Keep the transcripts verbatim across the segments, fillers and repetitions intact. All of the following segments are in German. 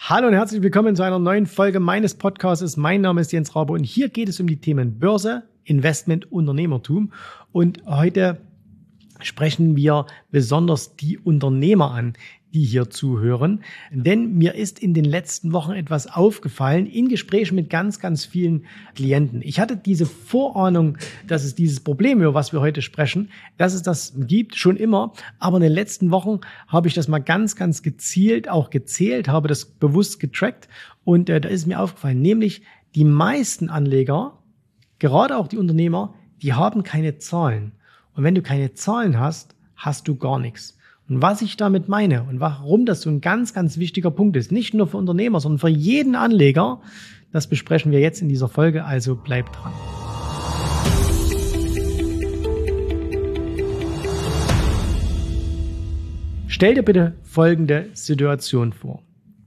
Hallo und herzlich willkommen zu einer neuen Folge meines Podcasts. Mein Name ist Jens Rabe und hier geht es um die Themen Börse, Investment, Unternehmertum. Und heute sprechen wir besonders die Unternehmer an, die hier zuhören. Denn mir ist in den letzten Wochen etwas aufgefallen in Gesprächen mit ganz, ganz vielen Klienten. Ich hatte diese Vorahnung, dass es dieses Problem, über was wir heute sprechen, dass es das gibt, schon immer. Aber in den letzten Wochen habe ich das mal ganz, ganz gezielt auch gezählt, habe das bewusst getrackt. Und äh, da ist mir aufgefallen, nämlich die meisten Anleger, gerade auch die Unternehmer, die haben keine Zahlen. Und wenn du keine Zahlen hast, hast du gar nichts. Und was ich damit meine und warum das so ein ganz, ganz wichtiger Punkt ist, nicht nur für Unternehmer, sondern für jeden Anleger, das besprechen wir jetzt in dieser Folge, also bleibt dran. Stell dir bitte folgende Situation vor.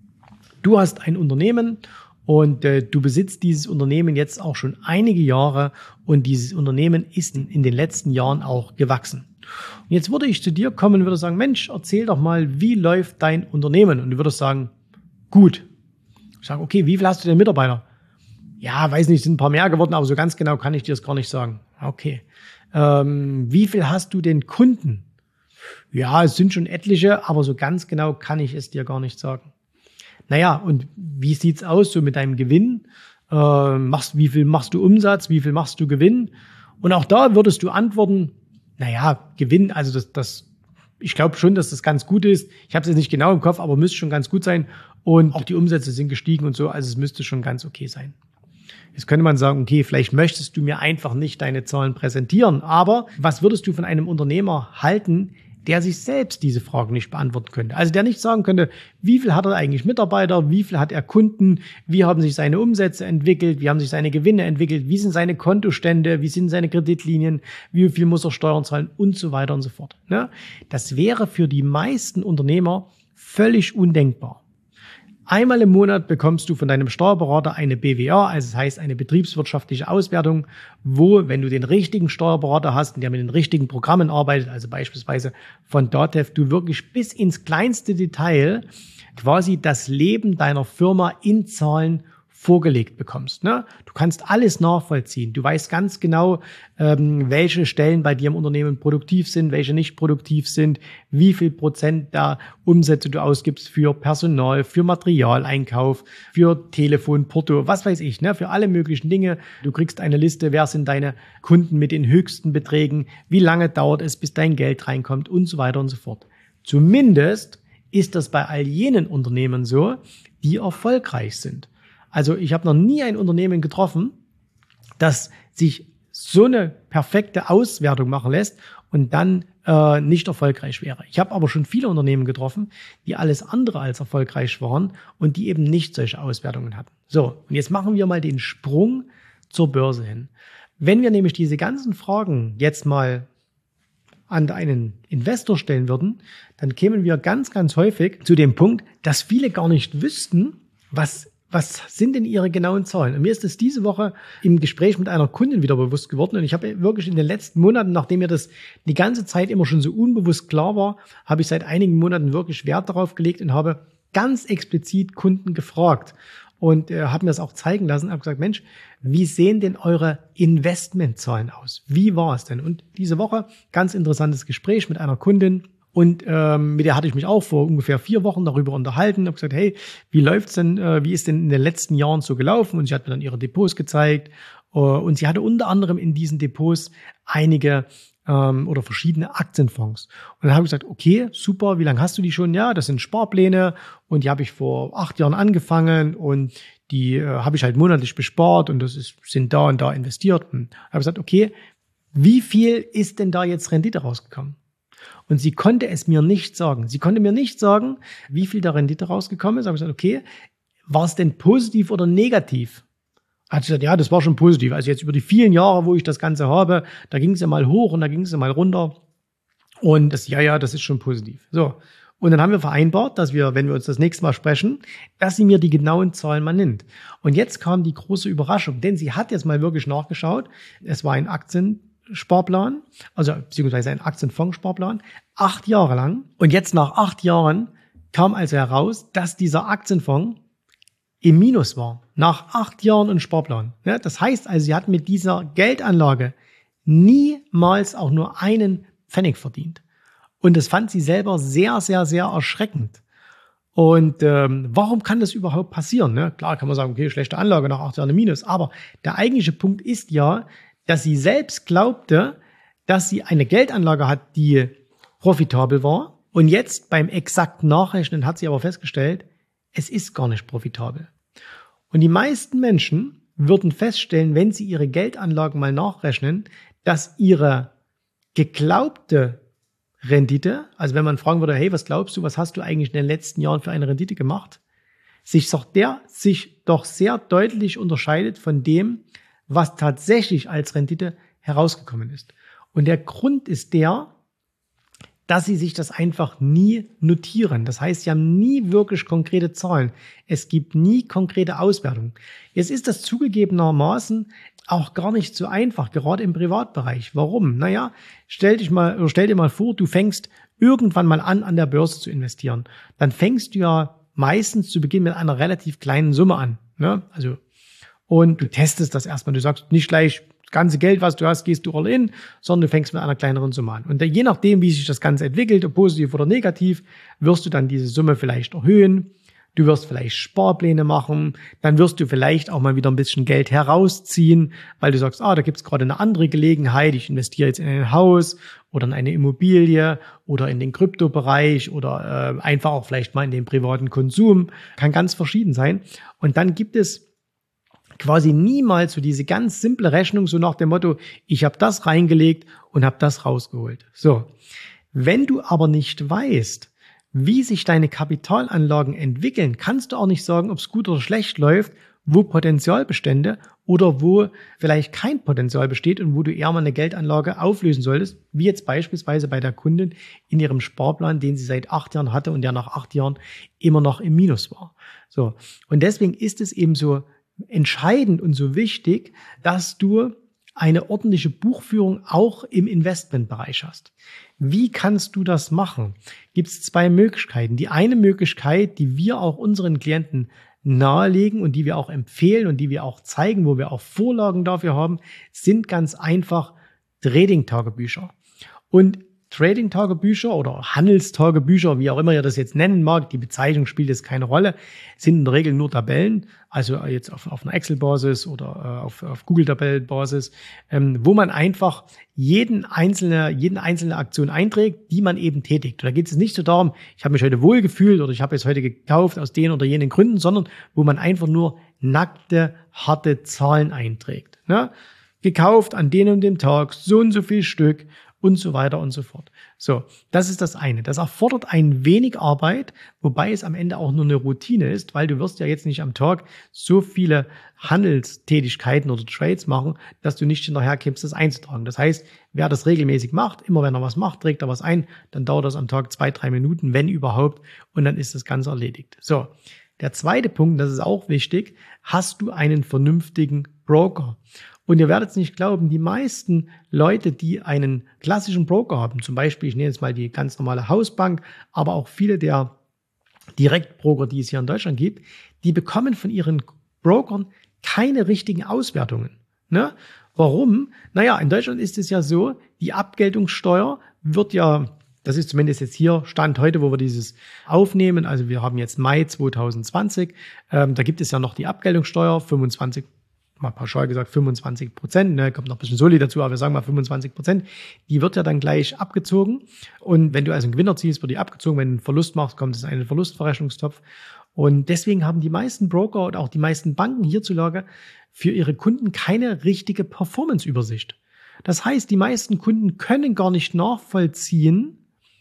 Du hast ein Unternehmen und äh, du besitzt dieses Unternehmen jetzt auch schon einige Jahre und dieses Unternehmen ist in, in den letzten Jahren auch gewachsen. Und jetzt würde ich zu dir kommen und würde sagen, Mensch, erzähl doch mal, wie läuft dein Unternehmen? Und du würdest sagen, gut. Ich sage, okay, wie viel hast du denn Mitarbeiter? Ja, weiß nicht, sind ein paar mehr geworden, aber so ganz genau kann ich dir das gar nicht sagen. Okay. Ähm, wie viel hast du denn Kunden? Ja, es sind schon etliche, aber so ganz genau kann ich es dir gar nicht sagen. Naja, und wie sieht's aus so mit deinem Gewinn? Äh, machst, wie viel machst du Umsatz? Wie viel machst du Gewinn? Und auch da würdest du antworten, naja, Gewinn, also das, das, ich glaube schon, dass das ganz gut ist. Ich habe es jetzt nicht genau im Kopf, aber müsste schon ganz gut sein. Und auch die Umsätze sind gestiegen und so, also es müsste schon ganz okay sein. Jetzt könnte man sagen, okay, vielleicht möchtest du mir einfach nicht deine Zahlen präsentieren, aber was würdest du von einem Unternehmer halten, der sich selbst diese Fragen nicht beantworten könnte? Also der nicht sagen könnte, wie viel hat er eigentlich Mitarbeiter, wie viel hat er Kunden, wie haben sich seine Umsätze entwickelt, wie haben sich seine Gewinne entwickelt, wie sind seine Kontostände, wie sind seine Kreditlinien, wie viel muss er Steuern zahlen und so weiter und so fort. Das wäre für die meisten Unternehmer völlig undenkbar. Einmal im Monat bekommst du von deinem Steuerberater eine B W A, also das heißt eine betriebswirtschaftliche Auswertung, wo, wenn du den richtigen Steuerberater hast und der mit den richtigen Programmen arbeitet, also beispielsweise von DATEV, du wirklich bis ins kleinste Detail quasi das Leben deiner Firma in Zahlen vorgelegt bekommst. Ne? Du kannst alles nachvollziehen. Du weißt ganz genau, ähm, welche Stellen bei dir im Unternehmen produktiv sind, welche nicht produktiv sind, wie viel Prozent der Umsätze du ausgibst für Personal, für Materialeinkauf, für Telefon, Porto, was weiß ich, ne? Für alle möglichen Dinge. Du kriegst eine Liste, wer sind deine Kunden mit den höchsten Beträgen, wie lange dauert es, bis dein Geld reinkommt und so weiter und so fort. Zumindest ist das bei all jenen Unternehmen so, die erfolgreich sind. Also ich habe noch nie ein Unternehmen getroffen, das sich so eine perfekte Auswertung machen lässt und dann äh, nicht erfolgreich wäre. Ich habe aber schon viele Unternehmen getroffen, die alles andere als erfolgreich waren und die eben nicht solche Auswertungen hatten. So, und jetzt machen wir mal den Sprung zur Börse hin. Wenn wir nämlich diese ganzen Fragen jetzt mal an einen Investor stellen würden, dann kämen wir ganz, ganz häufig zu dem Punkt, dass viele gar nicht wüssten, was Was sind denn Ihre genauen Zahlen? Und mir ist es diese Woche im Gespräch mit einer Kundin wieder bewusst geworden. Und ich habe wirklich in den letzten Monaten, nachdem mir das die ganze Zeit immer schon so unbewusst klar war, habe ich seit einigen Monaten wirklich Wert darauf gelegt und habe ganz explizit Kunden gefragt und äh, habe mir das auch zeigen lassen. Habe gesagt, Mensch, wie sehen denn eure Investmentzahlen aus? Wie war es denn? Und diese Woche ganz interessantes Gespräch mit einer Kundin. Und ähm, mit der hatte ich mich auch vor ungefähr vier Wochen darüber unterhalten. Ich habe gesagt, hey, wie läuft's denn, äh, wie ist denn in den letzten Jahren so gelaufen? Und sie hat mir dann ihre Depots gezeigt. Äh, und sie hatte unter anderem in diesen Depots einige ähm, oder verschiedene Aktienfonds. Und dann habe ich gesagt, okay, super, wie lange hast du die schon? Ja, das sind Sparpläne und die habe ich vor acht Jahren angefangen und die äh, habe ich halt monatlich bespart und das ist, sind da und da investiert. Und habe gesagt, okay, wie viel ist denn da jetzt Rendite rausgekommen? Und sie konnte es mir nicht sagen. Sie konnte mir nicht sagen, wie viel da Rendite rausgekommen ist. Da habe ich gesagt, okay, war es denn positiv oder negativ? Hat sie gesagt, ja, das war schon positiv. Also jetzt über die vielen Jahre, wo ich das Ganze habe, da ging es ja mal hoch und da ging es ja mal runter. Und das, ja, ja, das ist schon positiv. So. Und dann haben wir vereinbart, dass wir, wenn wir uns das nächste Mal sprechen, dass sie mir die genauen Zahlen mal nennt. Und jetzt kam die große Überraschung, denn sie hat jetzt mal wirklich nachgeschaut. Es war ein Aktien Sparplan, also beziehungsweise ein Aktienfondssparplan, acht Jahre lang. Und jetzt nach acht Jahren kam also heraus, dass dieser Aktienfonds im Minus war, nach acht Jahren im Sparplan. Ja, das heißt also, sie hat mit dieser Geldanlage niemals auch nur einen Pfennig verdient. Und das fand sie selber sehr, sehr, sehr erschreckend. Und ähm, warum kann das überhaupt passieren? Ne? Klar kann man sagen, okay, schlechte Anlage nach acht Jahren im Minus. Aber der eigentliche Punkt ist ja, dass sie selbst glaubte, dass sie eine Geldanlage hat, die profitabel war. Und jetzt beim exakten Nachrechnen hat sie aber festgestellt, es ist gar nicht profitabel. Und die meisten Menschen würden feststellen, wenn sie ihre Geldanlagen mal nachrechnen, dass ihre geglaubte Rendite, also wenn man fragen würde, hey, was glaubst du, was hast du eigentlich in den letzten Jahren für eine Rendite gemacht, sich doch, der sich doch sehr deutlich unterscheidet von dem, was tatsächlich als Rendite herausgekommen ist. Und der Grund ist der, dass sie sich das einfach nie notieren. Das heißt, sie haben nie wirklich konkrete Zahlen. Es gibt nie konkrete Auswertungen. Jetzt ist das zugegebenermaßen auch gar nicht so einfach, gerade im Privatbereich. Warum? Naja, stell dich mal, oder stell dir mal vor, du fängst irgendwann mal an, an der Börse zu investieren. Dann fängst du ja meistens zu Beginn mit einer relativ kleinen Summe an. Ne? Also, und du testest das erstmal. Du sagst nicht gleich, das ganze Geld, was du hast, gehst du all in, sondern du fängst mit einer kleineren Summe an. Und je nachdem, wie sich das Ganze entwickelt, ob positiv oder negativ, wirst du dann diese Summe vielleicht erhöhen. Du wirst vielleicht Sparpläne machen. Dann wirst du vielleicht auch mal wieder ein bisschen Geld herausziehen, weil du sagst, ah, da gibt's gerade eine andere Gelegenheit. Ich investiere jetzt in ein Haus oder in eine Immobilie oder in den Kryptobereich oder äh, einfach auch vielleicht mal in den privaten Konsum. Kann ganz verschieden sein. Und dann gibt es quasi niemals so diese ganz simple Rechnung, so nach dem Motto, ich habe das reingelegt und habe das rausgeholt. So, wenn du aber nicht weißt, wie sich deine Kapitalanlagen entwickeln, kannst du auch nicht sagen, ob es gut oder schlecht läuft, wo Potenzialbestände oder wo vielleicht kein Potenzial besteht und wo du eher mal eine Geldanlage auflösen solltest, wie jetzt beispielsweise bei der Kundin in ihrem Sparplan, den sie seit acht Jahren hatte und der nach acht Jahren immer noch im Minus war. So, und deswegen ist es eben so entscheidend und so wichtig, dass du eine ordentliche Buchführung auch im Investmentbereich hast. Wie kannst du das machen? Gibt es zwei Möglichkeiten. Die eine Möglichkeit, die wir auch unseren Klienten nahelegen und die wir auch empfehlen und die wir auch zeigen, wo wir auch Vorlagen dafür haben, sind ganz einfach Trading-Tagebücher. Und Trading-Tagebücher oder Handelstagebücher, wie auch immer ihr das jetzt nennen mag, die Bezeichnung spielt jetzt keine Rolle, sind in der Regel nur Tabellen, also jetzt auf, auf einer Excel-Basis oder äh, auf, auf Google-Tabellen-Basis, ähm, wo man einfach jeden einzelne, jeden einzelne Aktion einträgt, die man eben tätigt. Und da geht es nicht so darum, ich habe mich heute wohl gefühlt oder ich habe es heute gekauft aus den oder jenen Gründen, sondern wo man einfach nur nackte, harte Zahlen einträgt. Ne? Gekauft an dem und dem Tag, so und so viel Stück, und so weiter und so fort. So, das ist das eine. Das erfordert ein wenig Arbeit, wobei es am Ende auch nur eine Routine ist, weil du wirst ja jetzt nicht am Tag so viele Handelstätigkeiten oder Trades machen, dass du nicht hinterher kommst, das einzutragen. Das heißt, wer das regelmäßig macht, immer wenn er was macht, trägt er was ein, dann dauert das am Tag zwei, drei Minuten, wenn überhaupt, und dann ist das Ganze erledigt. So, der zweite Punkt, das ist auch wichtig, hast du einen vernünftigen Broker? Und ihr werdet es nicht glauben, die meisten Leute, die einen klassischen Broker haben, zum Beispiel, ich nehme jetzt mal die ganz normale Hausbank, aber auch viele der Direktbroker, die es hier in Deutschland gibt, die bekommen von ihren Brokern keine richtigen Auswertungen. Ne? Warum? Naja, in Deutschland ist es ja so, die Abgeltungssteuer wird ja, das ist zumindest jetzt hier Stand heute, wo wir dieses aufnehmen, also wir haben jetzt Mai zwanzig zwanzig, ähm, da gibt es ja noch die Abgeltungssteuer, fünfundzwanzig mal pauschal gesagt fünfundzwanzig Prozent, ne, kommt noch ein bisschen Soli dazu, aber wir sagen mal fünfundzwanzig Prozent, die wird ja dann gleich abgezogen. Und wenn du also einen Gewinner ziehst, wird die abgezogen. Wenn du einen Verlust machst, kommt es in einen Verlustverrechnungstopf. Und deswegen haben die meisten Broker und auch die meisten Banken hierzulande für ihre Kunden keine richtige Performance-Übersicht. Das heißt, die meisten Kunden können gar nicht nachvollziehen,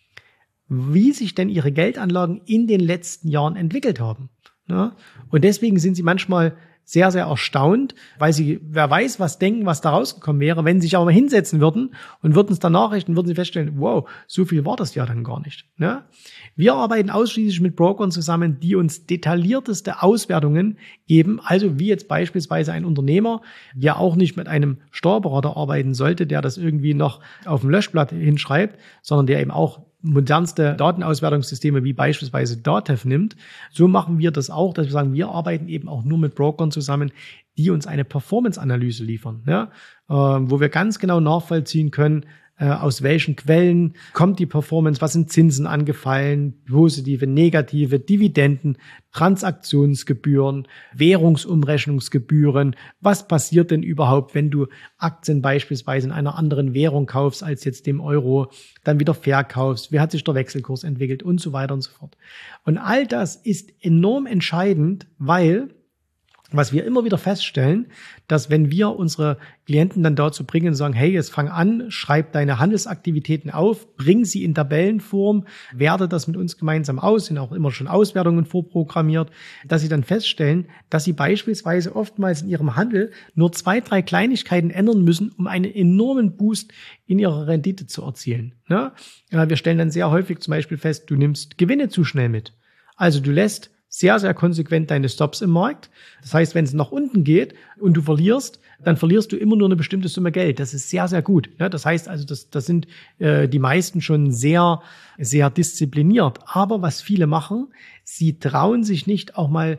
wie sich denn ihre Geldanlagen in den letzten Jahren entwickelt haben. Ne? Und deswegen sind sie manchmal sehr, sehr erstaunt, weil sie, wer weiß, was denken, was da rausgekommen wäre. Wenn sie sich aber mal hinsetzen würden und würden es dann nachrichten, würden sie feststellen, wow, so viel war das ja dann gar nicht. Ne? Wir arbeiten ausschließlich mit Brokern zusammen, die uns detaillierteste Auswertungen geben. Also wie jetzt beispielsweise ein Unternehmer, der auch nicht mit einem Steuerberater arbeiten sollte, der das irgendwie noch auf dem Löschblatt hinschreibt, sondern der eben auch modernste Datenauswertungssysteme wie beispielsweise Datev nimmt. So machen wir das auch, dass wir sagen, wir arbeiten eben auch nur mit Brokern zusammen, die uns eine Performance-Analyse liefern, ja, äh, wo wir ganz genau nachvollziehen können, äh, aus welchen Quellen kommt die Performance, was sind Zinsen angefallen, positive, negative, Dividenden, Transaktionsgebühren, Währungsumrechnungsgebühren, was passiert denn überhaupt, wenn du Aktien beispielsweise in einer anderen Währung kaufst als jetzt dem Euro, dann wieder verkaufst, wie hat sich der Wechselkurs entwickelt und so weiter und so fort. Und all das ist enorm entscheidend, weil was wir immer wieder feststellen, dass wenn wir unsere Klienten dann dazu bringen und sagen, hey, jetzt fang an, schreib deine Handelsaktivitäten auf, bring sie in Tabellenform, werte das mit uns gemeinsam aus, sind auch immer schon Auswertungen vorprogrammiert, dass sie dann feststellen, dass sie beispielsweise oftmals in ihrem Handel nur zwei, drei Kleinigkeiten ändern müssen, um einen enormen Boost in ihrer Rendite zu erzielen. Ja? Wir stellen dann sehr häufig zum Beispiel fest, du nimmst Gewinne zu schnell mit. Also du lässt sehr, sehr konsequent deine Stops im Markt. Das heißt, wenn es nach unten geht und du verlierst, dann verlierst du immer nur eine bestimmte Summe Geld. Das ist sehr, sehr gut. Ja, das heißt also, das, das sind äh, die meisten schon sehr, sehr diszipliniert. Aber was viele machen, sie trauen sich nicht, auch mal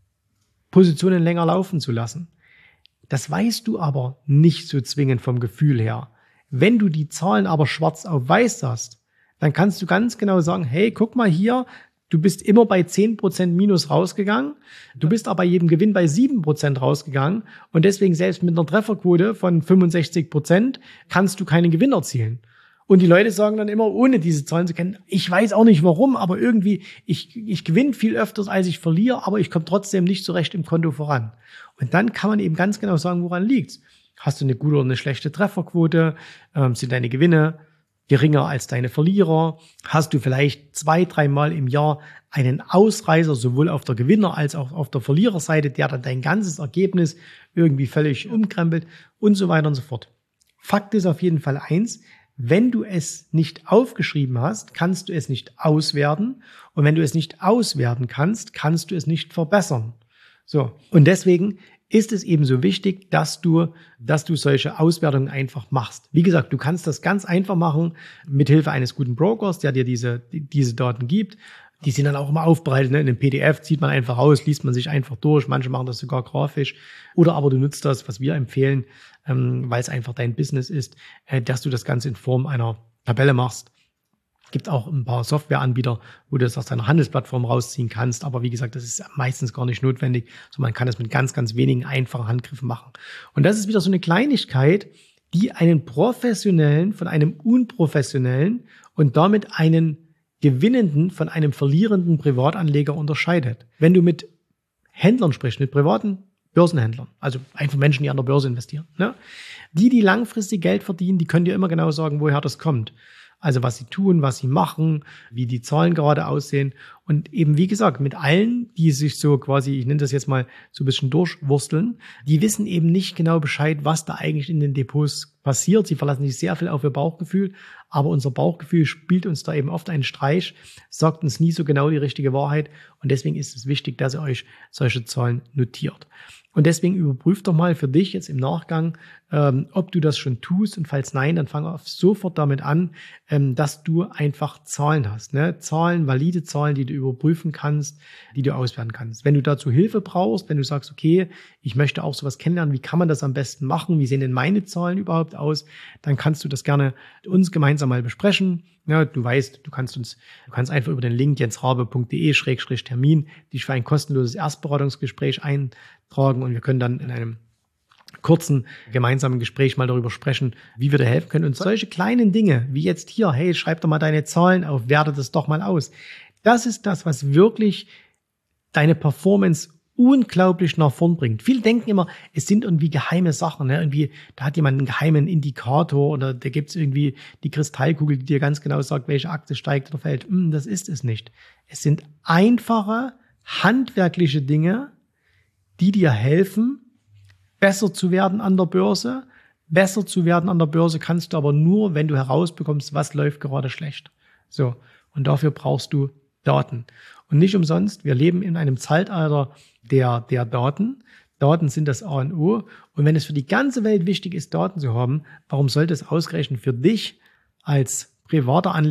Positionen länger laufen zu lassen. Das weißt du aber nicht so zwingend vom Gefühl her. Wenn du die Zahlen aber schwarz auf weiß hast, dann kannst du ganz genau sagen, hey, guck mal hier, du bist immer bei zehn Prozent Minus rausgegangen, du bist aber bei jedem Gewinn bei sieben Prozent rausgegangen und deswegen selbst mit einer Trefferquote von fünfundsechzig Prozent kannst du keinen Gewinn erzielen. Und die Leute sagen dann immer, ohne diese Zahlen zu kennen, ich weiß auch nicht warum, aber irgendwie, ich, ich gewinne viel öfters, als ich verliere, aber ich komme trotzdem nicht so recht im Konto voran. Und dann kann man eben ganz genau sagen, woran liegt's. Hast du eine gute oder eine schlechte Trefferquote? Ähm, sind deine Gewinne geringer als deine Verlierer? Hast du vielleicht zwei, dreimal im Jahr einen Ausreißer, sowohl auf der Gewinner- als auch auf der Verliererseite, der dann dein ganzes Ergebnis irgendwie völlig umkrempelt und so weiter und so fort. Fakt ist auf jeden Fall eins, wenn du es nicht aufgeschrieben hast, kannst du es nicht auswerten. Und wenn du es nicht auswerten kannst, kannst du es nicht verbessern. So. Und deswegen ist es eben so wichtig, dass du, dass du solche Auswertungen einfach machst. Wie gesagt, du kannst das ganz einfach machen mit Hilfe eines guten Brokers, der dir diese, diese Daten gibt. Die sind dann auch immer aufbereitet, ne? In einem P D F zieht man einfach raus, liest man sich einfach durch. Manche machen das sogar grafisch. Oder aber du nutzt das, was wir empfehlen, ähm, weil es einfach dein Business ist, äh, dass du das Ganze in Form einer Tabelle machst. Gibt auch ein paar Softwareanbieter, wo du das aus deiner Handelsplattform rausziehen kannst. Aber wie gesagt, das ist meistens gar nicht notwendig. So, man kann das mit ganz, ganz wenigen einfachen Handgriffen machen. Und das ist wieder so eine Kleinigkeit, die einen professionellen von einem unprofessionellen und damit einen gewinnenden von einem verlierenden Privatanleger unterscheidet. Wenn du mit Händlern sprichst, mit privaten Börsenhändlern, also einfach Menschen, die an der Börse investieren, ne? Die, die langfristig Geld verdienen, die können dir immer genau sagen, woher das kommt. Also was sie tun, was sie machen, wie die Zahlen gerade aussehen. Und eben, wie gesagt, mit allen, die sich so quasi, ich nenne das jetzt mal so ein bisschen durchwursteln, die wissen eben nicht genau Bescheid, was da eigentlich in den Depots passiert. Sie verlassen sich sehr viel auf ihr Bauchgefühl. Aber unser Bauchgefühl spielt uns da eben oft einen Streich, sagt uns nie so genau die richtige Wahrheit. Und deswegen ist es wichtig, dass ihr euch solche Zahlen notiert. Und deswegen überprüft doch mal für dich jetzt im Nachgang, ähm, ob du das schon tust. Und falls nein, dann fang sofort damit an, ähm, dass du einfach Zahlen hast. Ne? Zahlen, valide Zahlen, die du überprüfen kannst, die du auswerten kannst. Wenn du dazu Hilfe brauchst, wenn du sagst, okay, ich möchte auch sowas kennenlernen, wie kann man das am besten machen? Wie sehen denn meine Zahlen überhaupt aus? Dann kannst du das gerne uns gemeinsam mal besprechen. Ja, du weißt, du kannst uns, du kannst einfach über den Link jensrabe punkt de Schrägstrich Termin dich für ein kostenloses Erstberatungsgespräch eintragen und wir können dann in einem kurzen gemeinsamen Gespräch mal darüber sprechen, wie wir dir helfen können. Und solche kleinen Dinge, wie jetzt hier, hey, schreib doch mal deine Zahlen auf, werte das doch mal aus. Das ist das, was wirklich deine Performance unglaublich nach vorn bringt. Viele denken immer, es sind irgendwie geheime Sachen. Ne? Irgendwie, da hat jemand einen geheimen Indikator oder da gibt es irgendwie die Kristallkugel, die dir ganz genau sagt, welche Aktie steigt oder fällt. Hm, das ist es nicht. Es sind einfache, handwerkliche Dinge, die dir helfen, besser zu werden an der Börse. Besser zu werden an der Börse kannst du aber nur, wenn du herausbekommst, was läuft gerade schlecht. So, und dafür brauchst du Daten. Und nicht umsonst, wir leben in einem Zeitalter der, der Daten. Daten sind das A und O. Und wenn es für die ganze Welt wichtig ist, Daten zu haben, warum sollte es ausgerechnet für dich als privater Anleger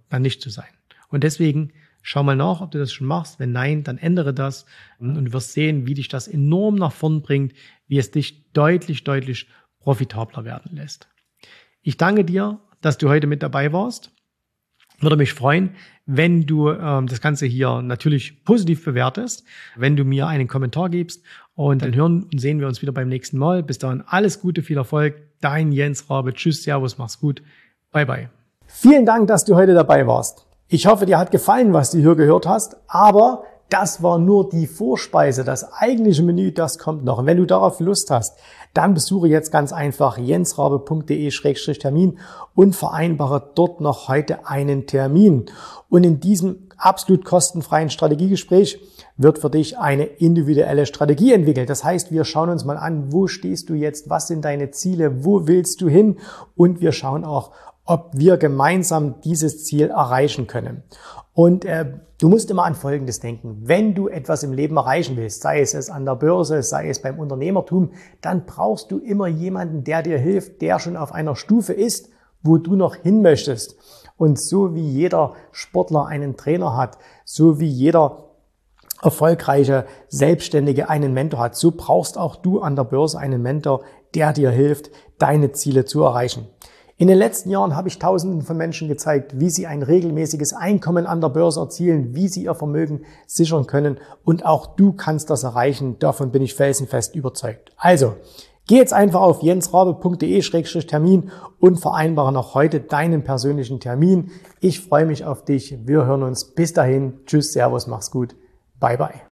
dann nicht zu sein. Und deswegen schau mal nach, ob du das schon machst. Wenn nein, dann ändere das und du wirst sehen, wie dich das enorm nach vorn bringt, wie es dich deutlich, deutlich profitabler werden lässt. Ich danke dir, dass du heute mit dabei warst. Würde mich freuen, wenn du ähm, das Ganze hier natürlich positiv bewertest, wenn du mir einen Kommentar gibst und dann hören und sehen wir uns wieder beim nächsten Mal. Bis dahin alles Gute, viel Erfolg. Dein Jens Rabe. Tschüss, Servus, mach's gut. Bye, bye. Vielen Dank, dass du heute dabei warst. Ich hoffe, dir hat gefallen, was du hier gehört hast, aber das war nur die Vorspeise. Das eigentliche Menü, das kommt noch. Und wenn du darauf Lust hast, dann besuche jetzt ganz einfach jensrabe punkt de Schrägstrich Termin und vereinbare dort noch heute einen Termin. Und in diesem absolut kostenfreien Strategiegespräch wird für dich eine individuelle Strategie entwickelt. Das heißt, wir schauen uns mal an, wo stehst du jetzt, was sind deine Ziele, wo willst du hin? Und wir schauen auch, ob wir gemeinsam dieses Ziel erreichen können. Und äh, du musst immer an Folgendes denken. Wenn du etwas im Leben erreichen willst, sei es, es an der Börse, sei es beim Unternehmertum, dann brauchst du immer jemanden, der dir hilft, der schon auf einer Stufe ist, wo du noch hin möchtest. Und so wie jeder Sportler einen Trainer hat, so wie jeder erfolgreiche Selbstständige einen Mentor hat, so brauchst auch du an der Börse einen Mentor, der dir hilft, deine Ziele zu erreichen. In den letzten Jahren habe ich Tausenden von Menschen gezeigt, wie sie ein regelmäßiges Einkommen an der Börse erzielen, wie sie ihr Vermögen sichern können. Und auch du kannst das erreichen. Davon bin ich felsenfest überzeugt. Also, geh jetzt einfach auf jensrabe punkt de Schrägstrich Termin und vereinbare noch heute deinen persönlichen Termin. Ich freue mich auf dich. Wir hören uns. Bis dahin. Tschüss, Servus, mach's gut. Bye, bye.